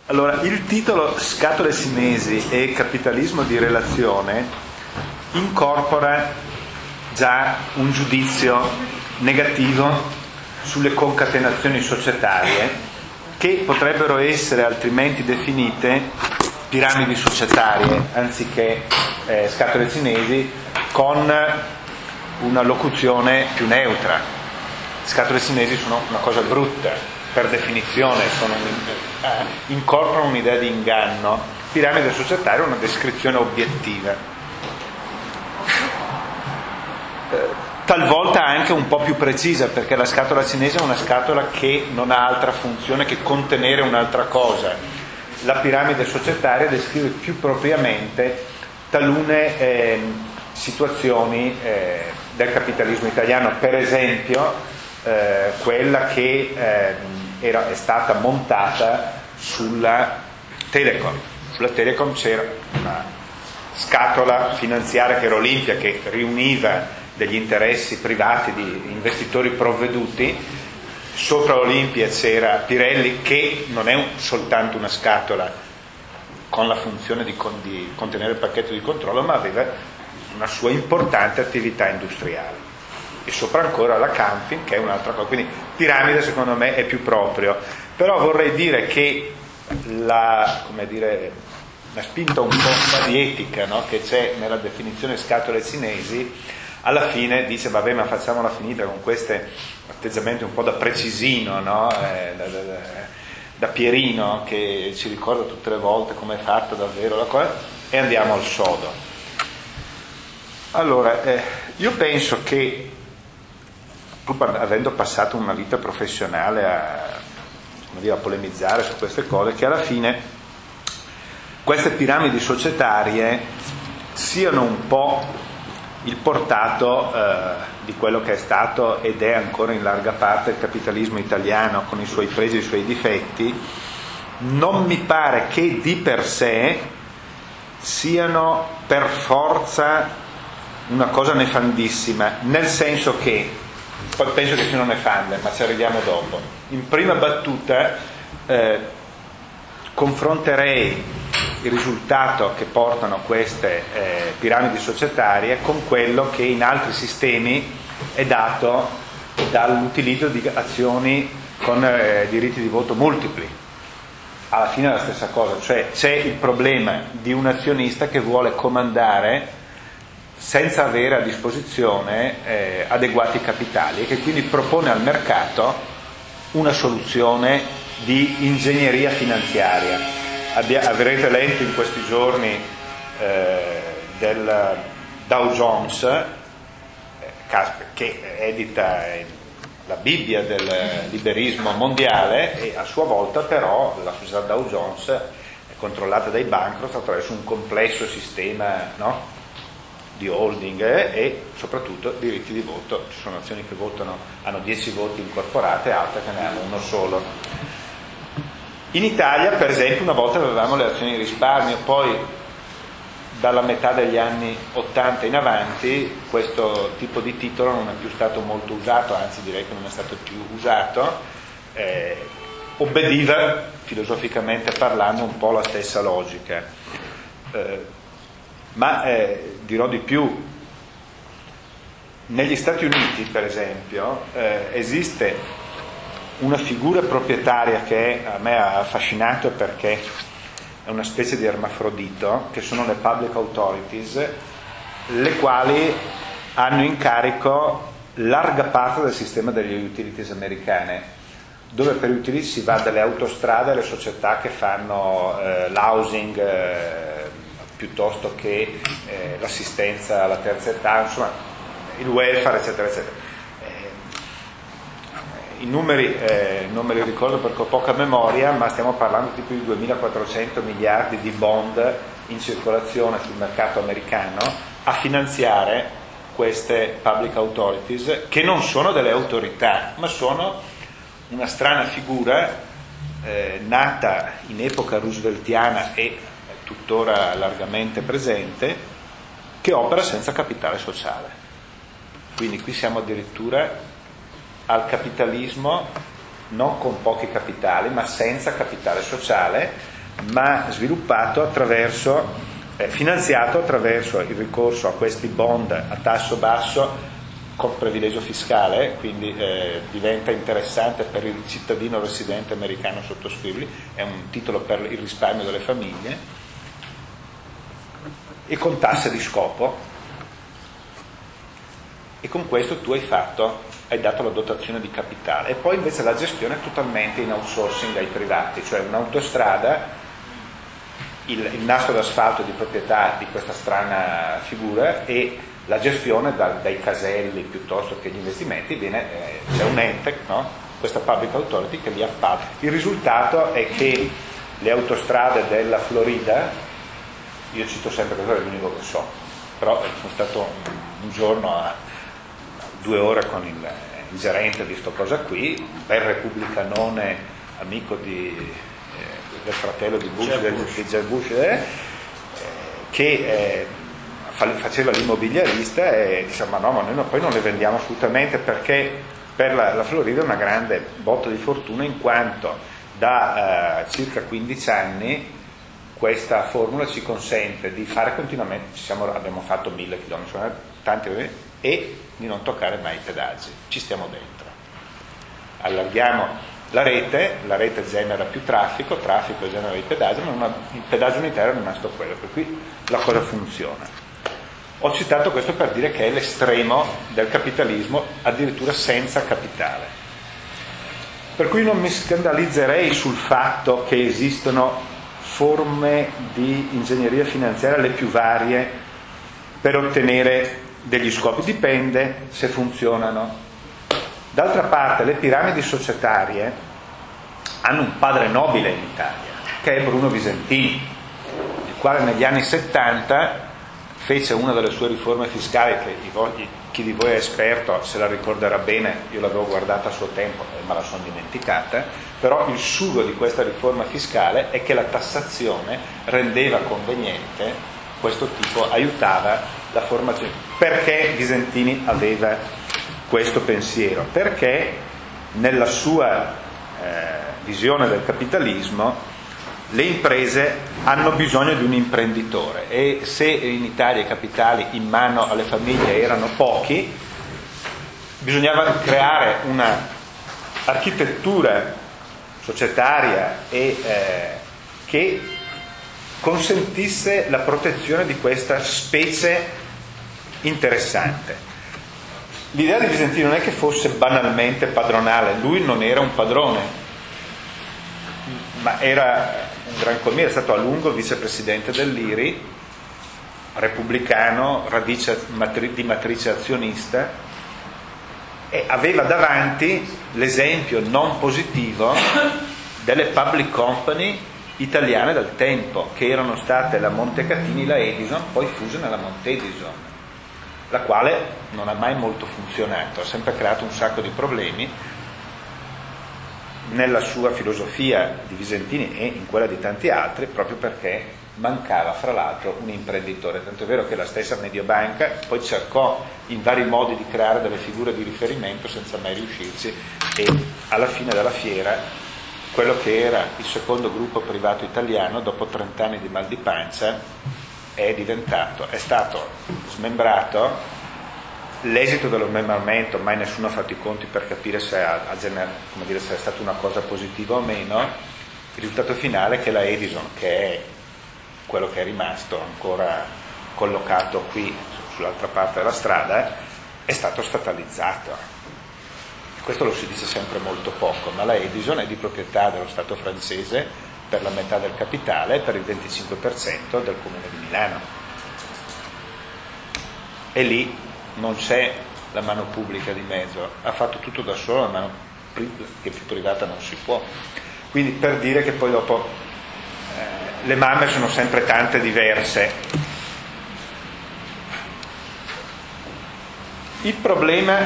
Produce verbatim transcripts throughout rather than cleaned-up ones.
Allora, il titolo Scatole cinesi e capitalismo di relazione incorpora già un giudizio negativo sulle concatenazioni societarie che potrebbero essere altrimenti definite piramidi societarie anziché eh, scatole cinesi, con una locuzione più neutra. Scatole cinesi sono una cosa brutta, per definizione sono un, eh, incorporano un'idea di inganno. Piramide societaria è una descrizione obiettiva, eh, talvolta anche un po' più precisa, perché la scatola cinese è una scatola che non ha altra funzione che contenere un'altra cosa. La piramide societaria descrive più propriamente talune eh, situazioni eh, del capitalismo italiano, per esempio eh, quella che eh, Era, è stata montata sulla Telecom. Sulla Telecom c'era una scatola finanziaria che era Olimpia, che riuniva degli interessi privati di investitori provveduti. Sopra Olimpia c'era Pirelli, che non è un, soltanto una scatola con la funzione di, con, di contenere il pacchetto di controllo, ma aveva una sua importante attività industriale. E sopra ancora la Camping, che è un'altra cosa. Quindi piramide secondo me è più proprio. Però vorrei dire che la, come dire, la spinta un po' di etica, no, che c'è nella definizione scatole cinesi, alla fine dice vabbè, ma facciamola finita con questi atteggiamenti un po' da precisino, no? eh, da, da, da Pierino, che ci ricorda tutte le volte come è fatta davvero la cosa, e andiamo al sodo. Allora, eh, io penso che, pur avendo passato una vita professionale a, come dire, a polemizzare su queste cose, che alla fine queste piramidi societarie siano un po' il portato eh, di quello che è stato ed è ancora in larga parte il capitalismo italiano, con i suoi pregi e i suoi difetti. Non mi pare che di per sé siano per forza una cosa nefandissima, nel senso che, poi penso che siano nefande, ma ci arriviamo dopo. In prima battuta eh, confronterei il risultato che portano queste eh, piramidi societarie con quello che in altri sistemi è dato dall'utilizzo di azioni con eh, diritti di voto multipli. Alla fine è la stessa cosa, cioè c'è il problema di un azionista che vuole comandare senza avere a disposizione eh, adeguati capitali e che quindi propone al mercato una soluzione di ingegneria finanziaria. Abbia, avrete letto in questi giorni eh, del Dow Jones, eh, che edita la Bibbia del liberismo mondiale, e a sua volta però la società Dow Jones è controllata dai bankrots attraverso un complesso sistema, no? di holding eh, e soprattutto diritti di voto. Ci sono azioni che votano, hanno dieci voti incorporate, altre che ne hanno uno solo. In Italia, per esempio, una volta avevamo le azioni di risparmio, poi dalla metà degli anni ottanta in avanti questo tipo di titolo non è più stato molto usato, anzi direi che non è stato più usato, eh, obbediva filosoficamente parlando un po' la stessa logica. Eh, Ma eh, dirò di più, negli Stati Uniti per esempio eh, esiste una figura proprietaria che a me ha affascinato perché è una specie di ermafrodito, che sono le public authorities, le quali hanno in carico larga parte del sistema delle utilities americane, dove per utilities si va dalle autostrade alle società che fanno eh, l'housing, eh, piuttosto che eh, l'assistenza alla terza età, insomma il welfare, eccetera eccetera. Eh, i numeri eh, non me li ricordo perché ho poca memoria, ma stiamo parlando di più di duemilaquattrocento miliardi di bond in circolazione sul mercato americano a finanziare queste public authorities, che non sono delle autorità, ma sono una strana figura eh, nata in epoca rooseveltiana e tuttora largamente presente, che opera senza capitale sociale. Quindi qui siamo addirittura al capitalismo non con pochi capitali, ma senza capitale sociale, ma sviluppato attraverso, eh, finanziato attraverso il ricorso a questi bond a tasso basso con privilegio fiscale, quindi eh, diventa interessante per il cittadino residente americano sottoscriverli, è un titolo per il risparmio delle famiglie, e con tasse di scopo, e con questo tu hai fatto, hai dato la dotazione di capitale, e poi invece la gestione è totalmente in outsourcing ai privati, cioè un'autostrada, il, il nastro d'asfalto è di proprietà di questa strana figura, e la gestione da, dai caselli piuttosto che gli investimenti viene, eh, c'è un ente, no? Questa public authority che li appalta. Il risultato è che le autostrade della Florida, io cito sempre questo, è l'unico che so, però sono stato un, un giorno a due ore con il, il gerente di sto cosa qui, bel repubblicanone, amico di, eh, del fratello di Bush, del, di Jeb Bush, eh, che eh, faceva l'immobiliarista e diceva ma no, ma noi poi non le vendiamo assolutamente, perché per la, la Florida è una grande botta di fortuna, in quanto da eh, circa quindici anni questa formula ci consente di fare continuamente, ci siamo, abbiamo fatto mille chilometri, tanti, e di non toccare mai i pedaggi, ci stiamo dentro, allarghiamo la rete, la rete genera più traffico, traffico genera i pedaggi, ma una, il pedaggio unitario è rimasto quello, per cui la cosa funziona. Ho citato questo per dire che è l'estremo del capitalismo, addirittura senza capitale. Per cui non mi scandalizzerei sul fatto che esistono forme di ingegneria finanziaria le più varie per ottenere degli scopi, dipende se funzionano. D'altra parte le piramidi societarie hanno un padre nobile in Italia, che è Bruno Visentini, il quale negli anni settanta fece una delle sue riforme fiscali, che chi di voi è esperto se la ricorderà bene, io l'avevo guardata a suo tempo e me la sono dimenticata, però il sugo di questa riforma fiscale è che la tassazione rendeva conveniente questo tipo, aiutava la formazione. Perché Visentini aveva questo pensiero? Perché nella sua eh, visione del capitalismo le imprese hanno bisogno di un imprenditore, e se in Italia i capitali in mano alle famiglie erano pochi, bisognava creare una architettura societaria e, eh, che consentisse la protezione di questa specie interessante. L'idea di Visentini non è che fosse banalmente padronale, lui non era un padrone, ma era un gran commiere, è stato a lungo vicepresidente dell'I R I, repubblicano, radice matri- di matrice azionista, e aveva davanti l'esempio non positivo delle public company italiane del tempo, che erano state la Montecatini, la Edison, poi fuse nella Montedison, la quale non ha mai molto funzionato, ha sempre creato un sacco di problemi. Nella sua filosofia di Visentini e in quella di tanti altri, proprio perché mancava fra l'altro un imprenditore, tanto è vero che la stessa Mediobanca poi cercò in vari modi di creare delle figure di riferimento senza mai riuscirci, e alla fine della fiera quello che era il secondo gruppo privato italiano, dopo trent'anni di mal di pancia, è diventato, è stato smembrato. L'esito dello smembramento, mai nessuno ha fatto i conti per capire se, ha, ha gener- come dire, se è stata una cosa positiva o meno. Il risultato finale è che la Edison, che è quello che è rimasto ancora collocato qui sull'altra parte della strada, è stato statalizzato. Questo lo si dice sempre molto poco, ma la Edison è di proprietà dello Stato francese per la metà del capitale e per il venticinque per cento del Comune di Milano. E lì non c'è la mano pubblica di mezzo, ha fatto tutto da solo, la mano che più privata non si può. Quindi, per dire che poi dopo eh, le mamme sono sempre tante diverse. Il problema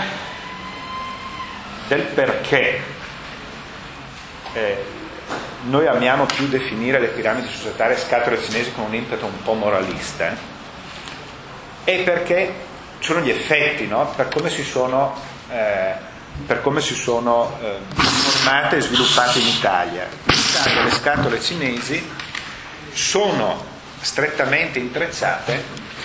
del perché eh, noi amiamo più definire le piramidi societarie scatole cinesi con un impeto un po' moralista, è perché sono gli effetti, no? Per come si sono, eh, per come si sono eh, formate e sviluppate in Italia. In Italia le scatole cinesi sono strettamente intrecciate,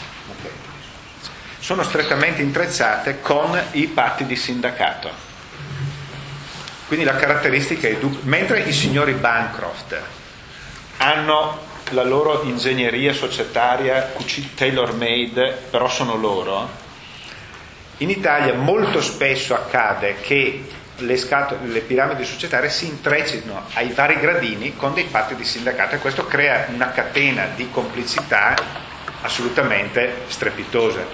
sono strettamente intrecciate con i patti di sindacato. Quindi la caratteristica è du- mentre i signori Bancroft hanno la loro ingegneria societaria tailor made, però sono loro, in Italia molto spesso accade che le, scato- le piramidi societarie si intreccino ai vari gradini con dei patti di sindacato, e questo crea una catena di complicità assolutamente strepitosa.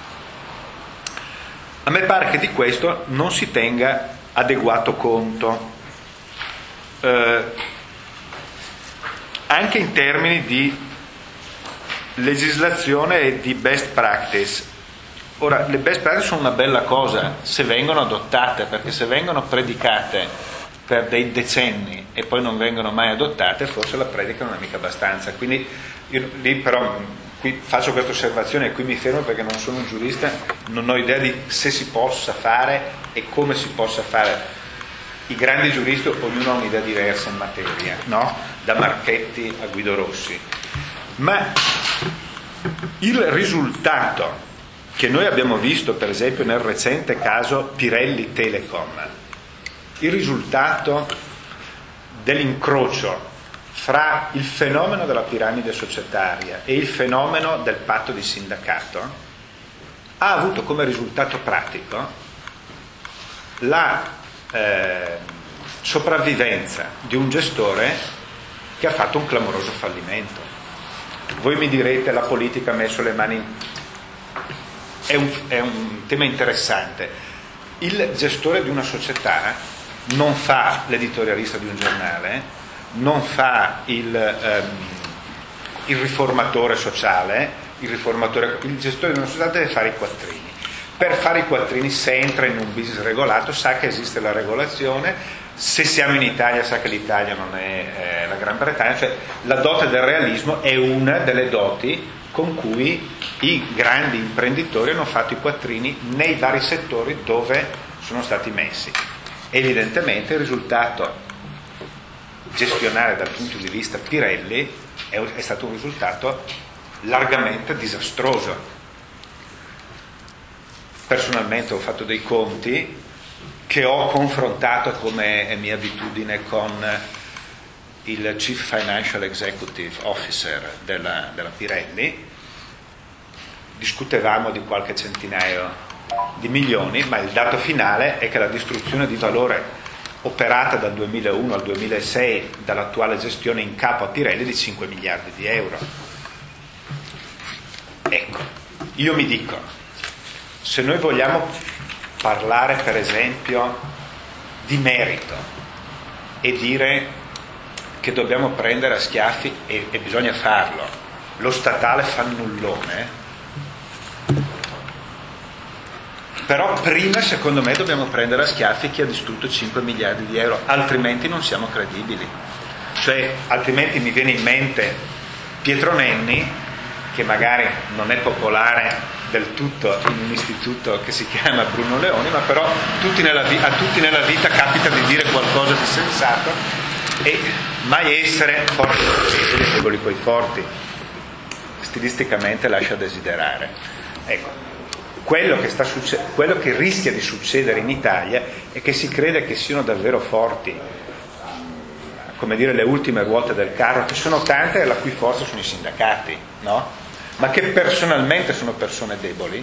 A me pare che di questo non si tenga adeguato conto, eh, anche in termini di legislazione e di best practice. Ora, le best practice sono una bella cosa se vengono adottate, perché se vengono predicate per dei decenni e poi non vengono mai adottate, forse la predica non è mica abbastanza. Quindi io lì però qui faccio questa osservazione e qui mi fermo perché non sono un giurista, non ho idea di se si possa fare e come si possa fare. I grandi giuristi, ognuno ha un'idea diversa in materia, no? Da Marchetti a Guido Rossi. Ma il risultato che noi abbiamo visto, per esempio, nel recente caso Pirelli Telecom, il risultato dell'incrocio fra il fenomeno della piramide societaria e il fenomeno del patto di sindacato ha avuto come risultato pratico la Eh, sopravvivenza di un gestore che ha fatto un clamoroso fallimento. Voi mi direte la politica ha messo le mani in... è un, è un tema interessante. Il gestore di una società non fa l'editorialista di un giornale, non fa il, ehm, il riformatore sociale, il riformatore, il gestore di una società deve fare i quattrini. Per fare i quattrini, se entra in un business regolato, sa che esiste la regolazione, se siamo in Italia sa che l'Italia non è eh, la Gran Bretagna, cioè la dote del realismo è una delle doti con cui i grandi imprenditori hanno fatto i quattrini nei vari settori dove sono stati messi. Evidentemente il risultato gestionale dal punto di vista Pirelli è, è stato un risultato largamente disastroso. Personalmente ho fatto dei conti che ho confrontato, come è mia abitudine, con il Chief Financial Executive Officer della, della Pirelli. Discutevamo di qualche centinaio di milioni, ma il dato finale è che la distruzione di valore operata dal duemilauno al duemilasei dall'attuale gestione in capo a Pirelli è di cinque miliardi di euro. Ecco, io mi dico, se noi vogliamo parlare per esempio di merito e dire che dobbiamo prendere a schiaffi, e, e bisogna farlo, lo statale fannullone, però prima secondo me dobbiamo prendere a schiaffi chi ha distrutto cinque miliardi di euro, altrimenti non siamo credibili. Cioè, altrimenti mi viene in mente Pietro Nenni, che magari non è popolare del tutto in un istituto che si chiama Bruno Leoni, ma però tutti nella vi- a tutti nella vita capita di dire qualcosa di sensato e mai essere forti coi deboli coi forti. Stilisticamente lascia desiderare. Ecco, quello che, sta succe- quello che rischia di succedere in Italia è che si crede che siano davvero forti, come dire, le ultime ruote del carro, che sono tante e la cui forza sono i sindacati, no? Ma che personalmente sono persone deboli,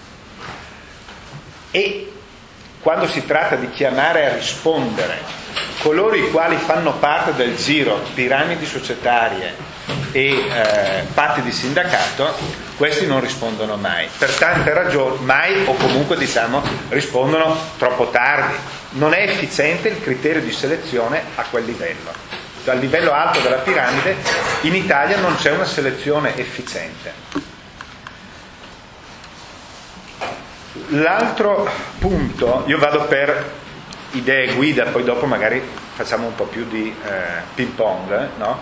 e quando si tratta di chiamare a rispondere coloro i quali fanno parte del giro piramidi societarie e eh, patti di sindacato, questi non rispondono mai, per tante ragioni, mai, o comunque diciamo rispondono troppo tardi. Non è efficiente il criterio di selezione a quel livello. Dal livello alto della piramide in Italia non c'è una selezione efficiente. L'altro punto, io vado per idee guida, poi dopo magari facciamo un po' più di eh, ping pong, no?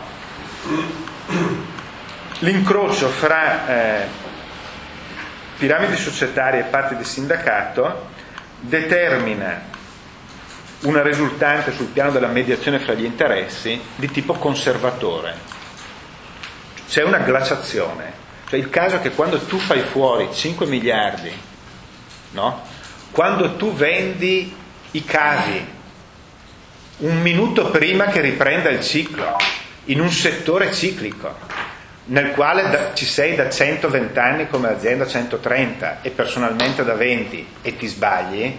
L'incrocio fra eh, piramidi societarie e patti di sindacato determina una risultante sul piano della mediazione fra gli interessi di tipo conservatore. c'è una glaciazione. Cioè il caso è che quando tu fai fuori cinque miliardi, no? Quando tu vendi i cavi un minuto prima che riprenda il ciclo, in un settore ciclico, nel quale da, ci sei da centoventi anni come azienda, centotrenta, e personalmente da venti, e ti sbagli,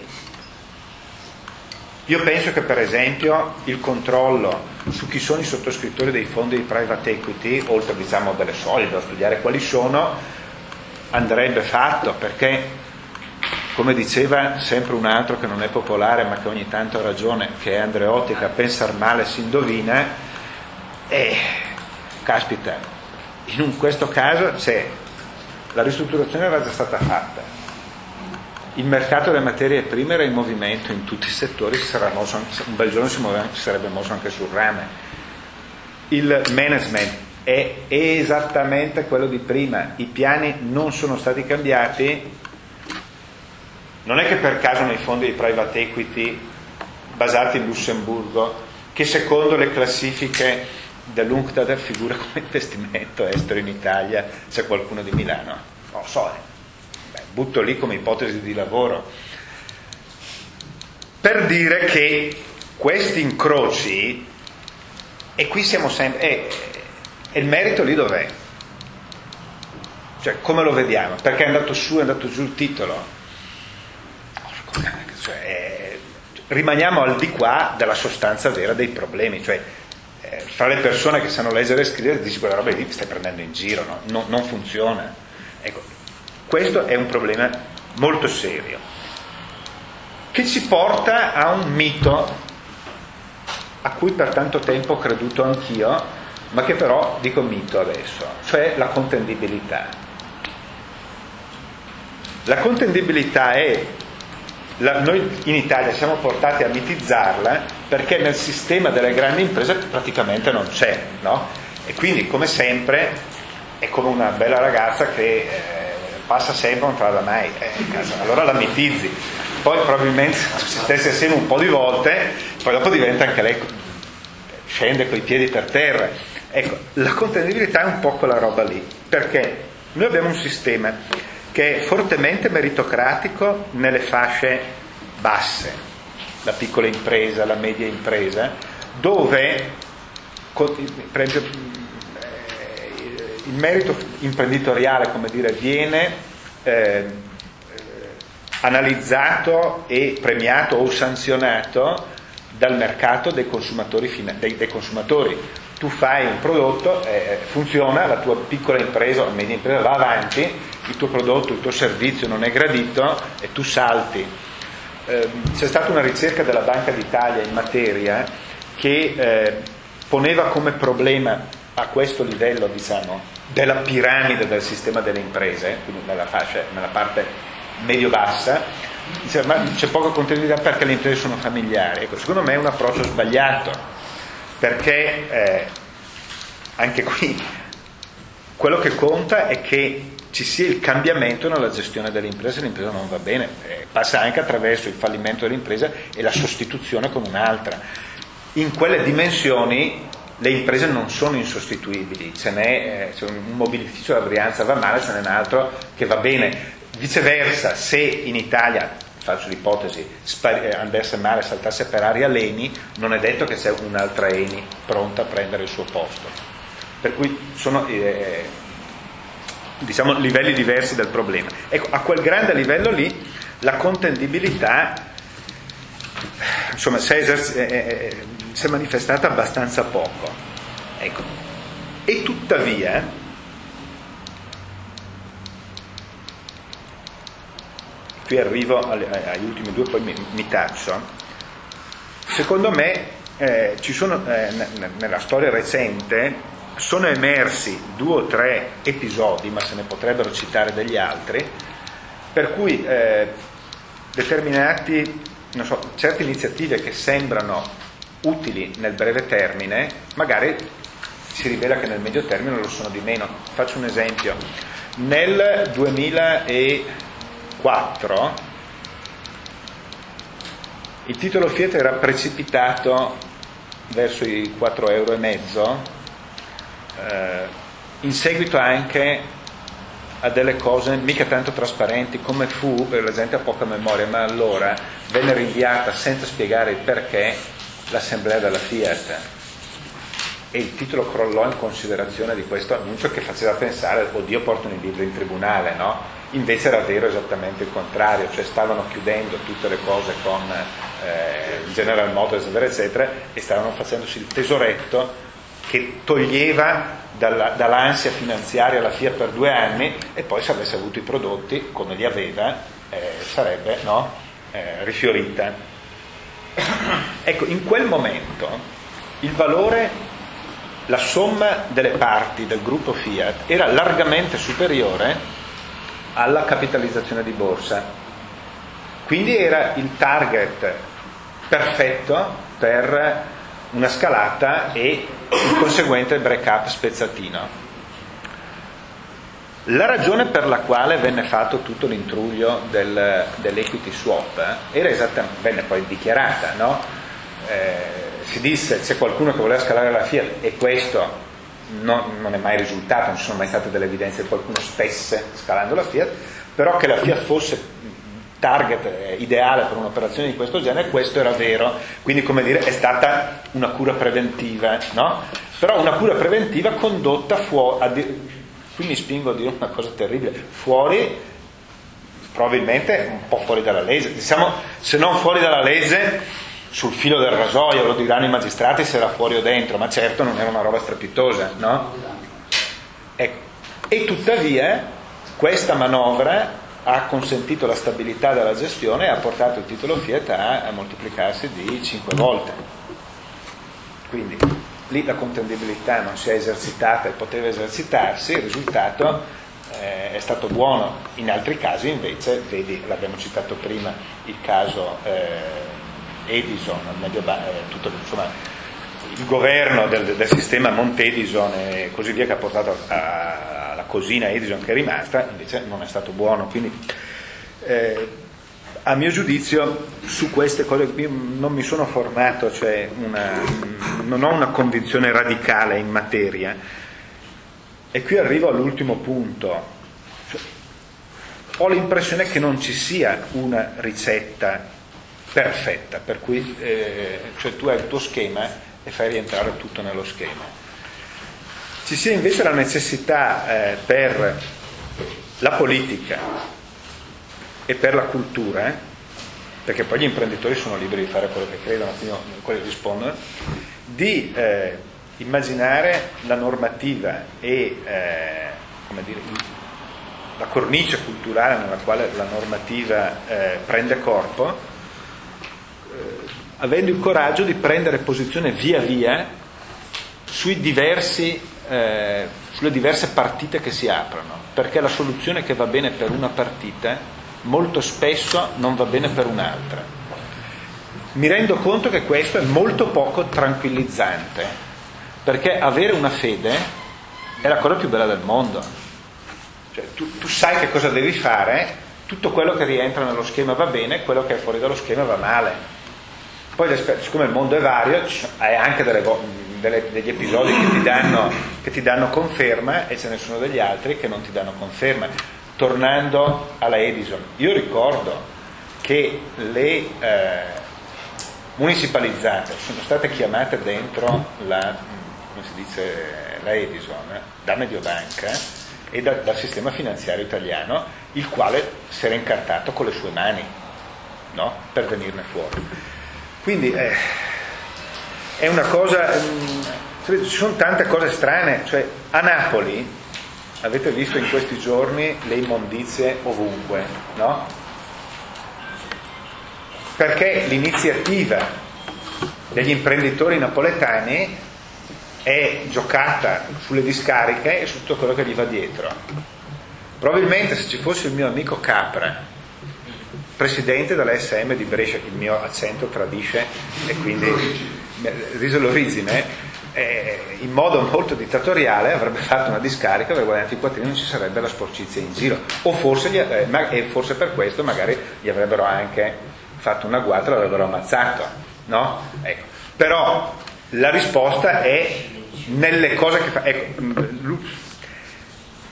io penso che per esempio il controllo su chi sono i sottoscrittori dei fondi di private equity, oltre diciamo delle soglie da studiare quali sono, andrebbe fatto, perché come diceva sempre un altro che non è popolare ma che ogni tanto ha ragione, che è Andreotti, che a pensar male si indovina, e caspita, in un, questo caso c'è la ristrutturazione era già stata fatta, il mercato delle materie prime era in movimento in tutti i settori, si sarà mosso, un bel giorno si, muove, si sarebbe mosso anche sul rame, il management è esattamente quello di prima, i piani non sono stati cambiati. Non è che per caso nei fondi di private equity basati in Lussemburgo, che secondo le classifiche dell'UNCTAD figura come investimento estero in Italia, c'è qualcuno di Milano? Non lo so, eh. Beh, butto lì come ipotesi di lavoro. Per dire che questi incroci, e qui siamo sempre, e, e il merito lì dov'è? Cioè come lo vediamo? Perché è andato su, è andato giù il titolo? Cioè, rimaniamo al di qua della sostanza vera dei problemi, cioè eh, fra le persone che sanno leggere e scrivere dici quella roba lì ti stai prendendo in giro, no? non, non funziona. Ecco, questo è un problema molto serio che ci porta a un mito a cui per tanto tempo ho creduto anch'io, ma che però dico mito adesso, cioè la contendibilità. La contendibilità è La, noi in Italia siamo portati a mitizzarla perché nel sistema delle grandi imprese praticamente non c'è, no? E quindi come sempre è come una bella ragazza che eh, passa sempre, non trova mai, eh, allora la mitizzi, poi probabilmente si stessi assieme un po' di volte, poi dopo diventa anche lei, scende coi piedi per terra. Ecco, la contendibilità è un po' quella roba lì, perché noi abbiamo un sistema che è fortemente meritocratico nelle fasce basse, la piccola impresa, la media impresa, dove per esempio il merito imprenditoriale, come dire, viene eh, analizzato e premiato o sanzionato dal mercato dei consumatori, dei, dei consumatori. Tu fai un prodotto, eh, funziona, la tua piccola impresa o media impresa va avanti, il tuo prodotto, il tuo servizio non è gradito e tu salti. Eh, c'è stata una ricerca della Banca d'Italia in materia che eh, poneva come problema a questo livello, diciamo, della piramide del sistema delle imprese, quindi nella fascia, nella parte medio-bassa, dice, ma c'è poca contendibilità perché le imprese sono familiari. Ecco, secondo me è un approccio sbagliato, perché eh, anche qui quello che conta è che ci sia il cambiamento nella gestione dell'impresa. L'impresa non va bene, eh, passa anche attraverso il fallimento dell'impresa e la sostituzione con un'altra. In quelle dimensioni le imprese non sono insostituibili, ce n'è, eh, c'è un mobilificio da Brianza va male, ce n'è un altro che va bene. Viceversa, se in Italia, faccio l'ipotesi, spari, eh, andasse male, saltasse per aria l'Eni, non è detto che c'è un'altra Eni pronta a prendere il suo posto. Per cui sono eh, diciamo livelli diversi del problema. Ecco, a quel grande livello lì la contendibilità insomma si è, eserc- eh, si è manifestata abbastanza poco. Ecco. E tuttavia qui arrivo agli, agli ultimi due, poi mi, mi taccio. Secondo me eh, ci sono eh, n- nella storia recente sono emersi due o tre episodi, ma se ne potrebbero citare degli altri, per cui eh, determinati, non so, certe iniziative che sembrano utili nel breve termine, magari si rivela che nel medio termine lo sono di meno. Faccio un esempio. Nel duemilaquattro il titolo Fiat era precipitato verso i quattro euro e mezzo, eh, in seguito anche a delle cose mica tanto trasparenti, come fu, per la gente ha poca memoria, ma allora venne rinviata senza spiegare il perché l'assemblea della Fiat, e il titolo crollò in considerazione di questo annuncio che faceva pensare, oddio, portano i libri in tribunale, no? Invece era vero esattamente il contrario, cioè stavano chiudendo tutte le cose con eh, General Motors, eccetera, eccetera, e stavano facendosi il tesoretto che toglieva dalla, dall'ansia finanziaria la Fiat per due anni, e poi se avesse avuto i prodotti come li aveva eh, sarebbe, no, eh, rifiorita. Ecco, in quel momento il valore, la somma delle parti del gruppo Fiat era largamente superiore alla capitalizzazione di borsa, quindi era il target perfetto per una scalata e il conseguente break up spezzatino. La ragione per la quale venne fatto tutto l'intruglio del, dell'equity swap era esattamente, venne poi dichiarata, no? Eh, si disse, c'è qualcuno che voleva scalare la Fiat, e questo non, non è mai risultato, non ci sono mai state delle evidenze che qualcuno stesse scalando la Fiat, però che la Fiat fosse target ideale per un'operazione di questo genere, questo era vero, quindi, come dire, è stata una cura preventiva, no? Però una cura preventiva condotta fuori, qui mi spingo a dire una cosa terribile, fuori, probabilmente un po' fuori dalla legge, diciamo, se non fuori dalla legge, sul filo del rasoio, lo diranno i magistrati se era fuori o dentro, ma certo non era una roba strepitosa, no? Ecco. E tuttavia questa manovra ha consentito la stabilità della gestione e ha portato il titolo Fiat a, a moltiplicarsi di cinque volte. Quindi lì la contendibilità non si è esercitata e poteva esercitarsi, il risultato eh, è stato buono. In altri casi invece, vedi, l'abbiamo citato prima, il caso eh, Edison, medio, eh, tutto, insomma, il governo del, del sistema Montedison e così via, che ha portato a, alla cosina Edison che è rimasta, invece non è stato buono. Quindi eh, a mio giudizio su queste cose io non mi sono formato, cioè una, non ho una convinzione radicale in materia, e qui arrivo all'ultimo punto. Cioè, ho l'impressione che non ci sia una ricetta perfetta, per cui eh, cioè tu hai il tuo schema e fai rientrare tutto nello schema. Ci sia invece la necessità eh, per la politica e per la cultura, eh, perché poi gli imprenditori sono liberi di fare quello che credono, quindi quello che rispondono, di eh, immaginare la normativa e eh, come dire, la cornice culturale nella quale la normativa eh, prende corpo, avendo il coraggio di prendere posizione via via sui diversi, eh, sulle diverse partite che si aprono, perché la soluzione che va bene per una partita molto spesso non va bene per un'altra. Mi rendo conto che questo è molto poco tranquillizzante, perché avere una fede è la cosa più bella del mondo. Cioè, tu, tu sai che cosa devi fare, tutto quello che rientra nello schema va bene, quello che è fuori dallo schema va male. Poi, siccome il mondo è vario, hai anche delle, delle, degli episodi che ti, danno, che ti danno conferma, e ce ne sono degli altri che non ti danno conferma. Tornando alla Edison, io ricordo che le eh, municipalizzate sono state chiamate dentro la, come si dice, la Edison da Mediobanca e da, dal sistema finanziario italiano, il quale si era incartato con le sue mani, no? Per venirne fuori. Quindi eh, è una cosa, ehm, ci sono tante cose strane, cioè a Napoli avete visto in questi giorni le immondizie ovunque, no? Perché l'iniziativa degli imprenditori napoletani è giocata sulle discariche e su tutto quello che gli va dietro. Probabilmente se ci fosse il mio amico Capra, presidente della S M di Brescia, il mio accento tradisce e quindi riso l'origine, eh, in modo molto dittatoriale avrebbe fatto una discarica, avrebbe guadagnato i quattrini, non ci sarebbe la sporcizia in giro, o forse, gli, eh, ma, e forse per questo magari gli avrebbero anche fatto un agguato, l'avrebbero ammazzato, no? Ecco. Però la risposta è nelle cose che fa. Ecco,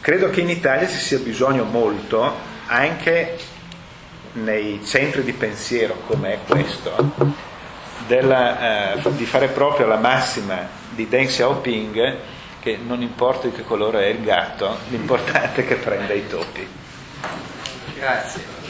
credo che in Italia ci sia bisogno molto, anche nei centri di pensiero come è questo, della, eh, di fare proprio la massima di Deng Xiaoping, che non importa di che colore è il gatto, l'importante è che prenda i topi. Grazie.